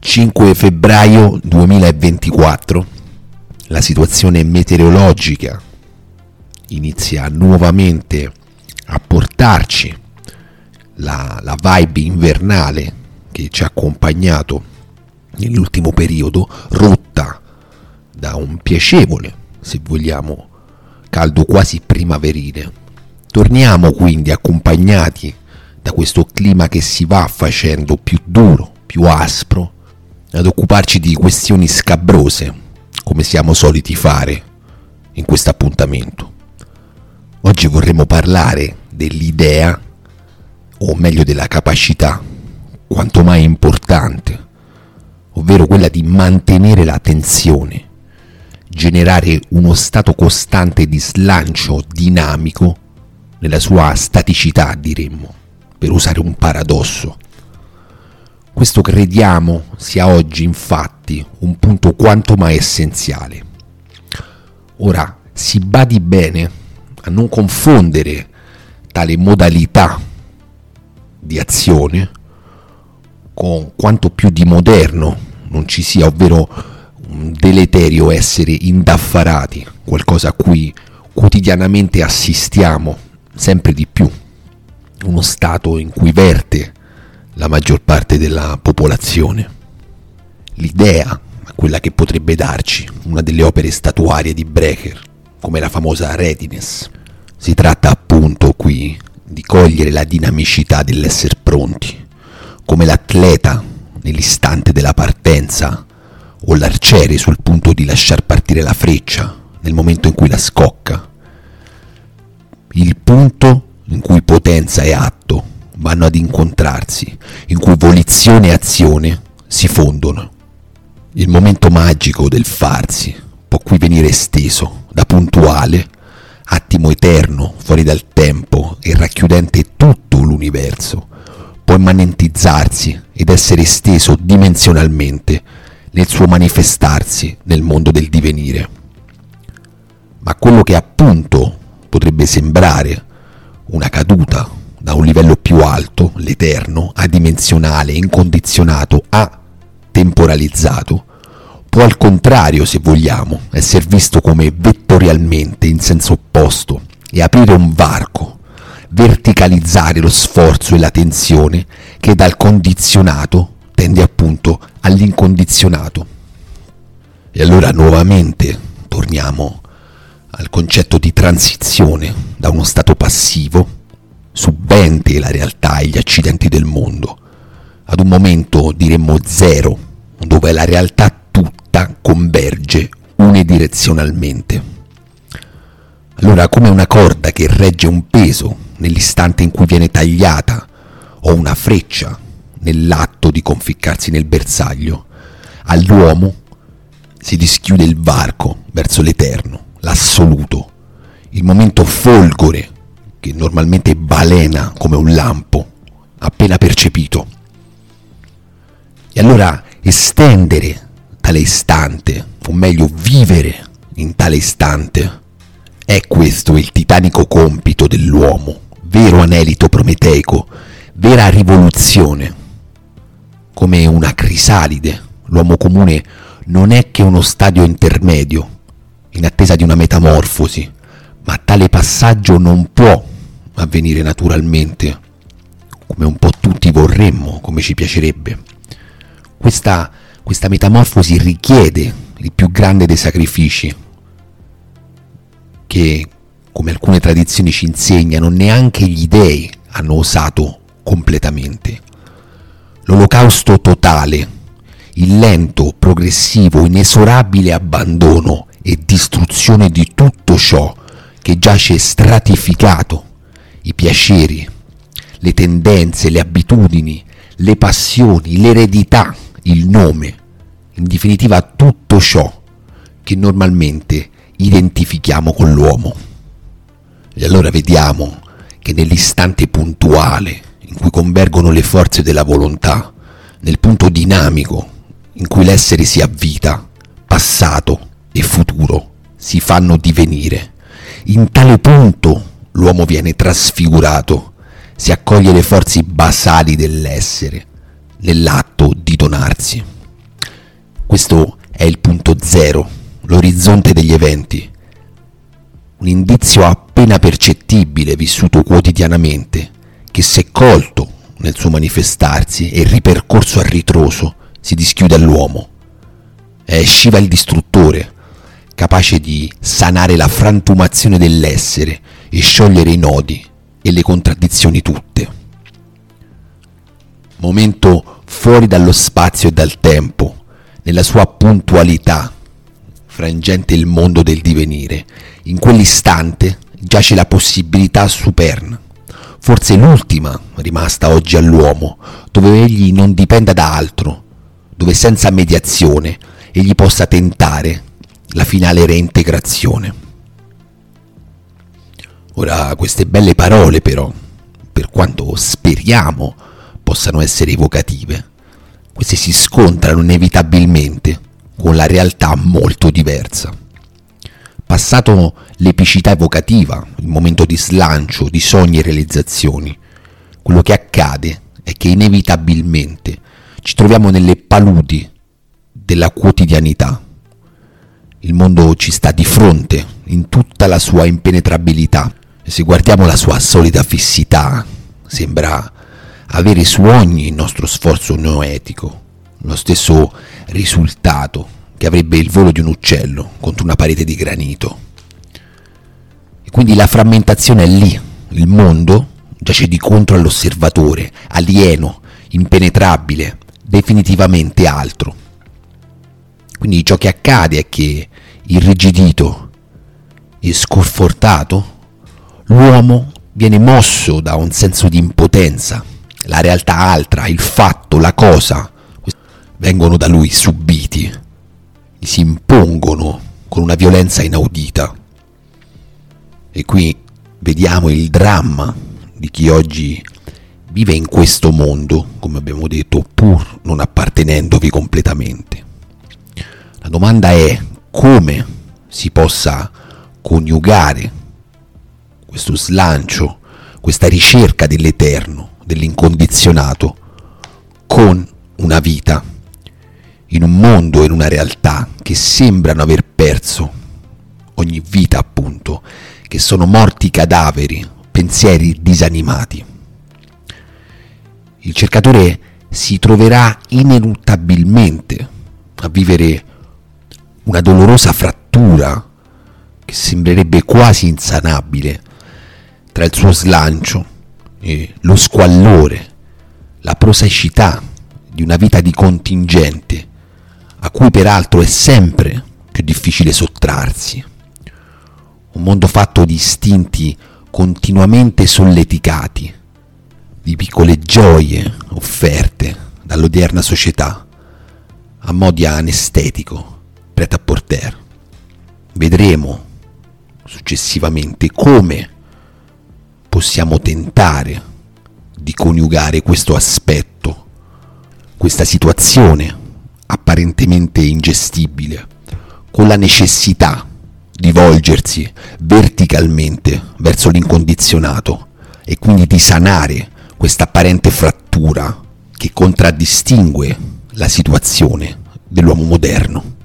5 febbraio 2024, la situazione meteorologica inizia nuovamente a portarci la vibe invernale che ci ha accompagnato nell'ultimo periodo, rotta da un piacevole, se vogliamo, caldo quasi primaverile. Torniamo quindi accompagnati da questo clima che si va facendo più duro, più aspro, ad occuparci di questioni scabrose, come siamo soliti fare in questo appuntamento. Oggi vorremmo parlare dell'idea, o meglio della capacità, quanto mai importante, ovvero quella di mantenere la tensione, generare uno stato costante di slancio dinamico nella sua staticità, diremmo, per usare un paradosso. Questo crediamo sia oggi, infatti, un punto quanto mai essenziale. Ora, si badi bene a non confondere tale modalità di azione con quanto più di moderno non ci sia, ovvero un deleterio essere indaffarati, qualcosa a cui quotidianamente assistiamo sempre di più, uno stato in cui verte la maggior parte della popolazione. L'idea, quella che potrebbe darci una delle opere statuarie di Brecher, come la famosa Readiness, si tratta appunto qui di cogliere la dinamicità dell'essere pronti, come l'atleta nell'istante della partenza o l'arciere sul punto di lasciar partire la freccia nel momento in cui la scocca. Il punto in cui potenza e atto vanno ad incontrarsi, in cui volizione e azione si fondono. Il momento magico del farsi può qui venire esteso da puntuale, attimo eterno fuori dal tempo e racchiudente tutto l'universo, può immanentizzarsi ed essere esteso dimensionalmente nel suo manifestarsi nel mondo del divenire. Ma quello che appunto potrebbe sembrare una caduta da un livello più alto, l'eterno, adimensionale, incondizionato, atemporalizzato, può al contrario, se vogliamo, essere visto come vettorialmente in senso opposto e aprire un varco, verticalizzare lo sforzo e la tensione che dal condizionato tende appunto all'incondizionato. E allora nuovamente torniamo al concetto di transizione da uno stato passivo, subente la realtà e gli accidenti del mondo, ad un momento, diremmo, zero, dove la realtà tutta converge unidirezionalmente. Allora, come una corda che regge un peso nell'istante in cui viene tagliata, o una freccia nell'atto di conficcarsi nel bersaglio, all'uomo si dischiude il varco verso l'eterno, l'assoluto, il momento folgore che normalmente balena come un lampo appena percepito. E allora estendere tale istante, o meglio vivere in tale istante, è questo il titanico compito dell'uomo, vero anelito prometeico, vera rivoluzione. Come una crisalide, l'uomo comune non è che uno stadio intermedio, in attesa di una metamorfosi, ma tale passaggio non può avvenire naturalmente, come un po' tutti vorremmo, come ci piacerebbe. Questa metamorfosi richiede il più grande dei sacrifici, che, come alcune tradizioni ci insegnano, neanche gli dei hanno osato completamente. L'olocausto totale, il lento, progressivo, inesorabile abbandono e distruzione di tutto ciò che giace stratificato, i piaceri, le tendenze, le abitudini, le passioni, l'eredità, il nome, in definitiva tutto ciò che normalmente identifichiamo con l'uomo. E allora vediamo che nell'istante puntuale in cui convergono le forze della volontà, nel punto dinamico in cui l'essere si avvita, passato e futuro si fanno divenire, in tale punto l'uomo viene trasfigurato, si accoglie le forze basali dell'essere nell'atto di donarsi. Questo è il punto zero, l'orizzonte degli eventi. Un indizio appena percettibile, vissuto quotidianamente, che se colto nel suo manifestarsi e ripercorso a ritroso si dischiude all'uomo. È Shiva il distruttore, capace di sanare la frantumazione dell'essere e sciogliere i nodi e le contraddizioni tutte. Momento fuori dallo spazio e dal tempo, nella sua puntualità, frangente il mondo del divenire. In quell'istante giace la possibilità superna, forse l'ultima rimasta oggi all'uomo, dove egli non dipenda da altro, dove senza mediazione egli possa tentare la finale reintegrazione. Ora, queste belle parole però, per quanto speriamo possano essere evocative, queste si scontrano inevitabilmente con la realtà molto diversa. Passato l'epicità evocativa, il momento di slancio, di sogni e realizzazioni, quello che accade è che inevitabilmente ci troviamo nelle paludi della quotidianità. Il mondo ci sta di fronte in tutta la sua impenetrabilità e se guardiamo la sua solida fissità sembra avere su ogni nostro sforzo noetico lo stesso risultato che avrebbe il volo di un uccello contro una parete di granito. E quindi la frammentazione è lì, il mondo giace di contro all'osservatore, alieno, impenetrabile, definitivamente altro. Quindi ciò che accade è che, irrigidito e sconfortato, l'uomo viene mosso da un senso di impotenza. La realtà altra, il fatto, la cosa, vengono da lui subiti, gli si impongono con una violenza inaudita. E qui vediamo il dramma di chi oggi vive in questo mondo, come abbiamo detto, pur non appartenendovi completamente. La domanda è come si possa coniugare questo slancio, questa ricerca dell'eterno, dell'incondizionato, con una vita in un mondo e in una realtà che sembrano aver perso ogni vita, appunto, che sono morti cadaveri, pensieri disanimati. Il cercatore si troverà ineluttabilmente a vivere una dolorosa frattura che sembrerebbe quasi insanabile tra il suo slancio e lo squallore, la prosaicità di una vita di contingente a cui peraltro è sempre più difficile sottrarsi. Un mondo fatto di istinti continuamente solleticati, di piccole gioie offerte dall'odierna società a mo' di anestetico prêt-à-porter. Vedremo successivamente come possiamo tentare di coniugare questo aspetto, questa situazione apparentemente ingestibile, con la necessità di volgersi verticalmente verso l'incondizionato e quindi di sanare questa apparente frattura che contraddistingue la situazione dell'uomo moderno.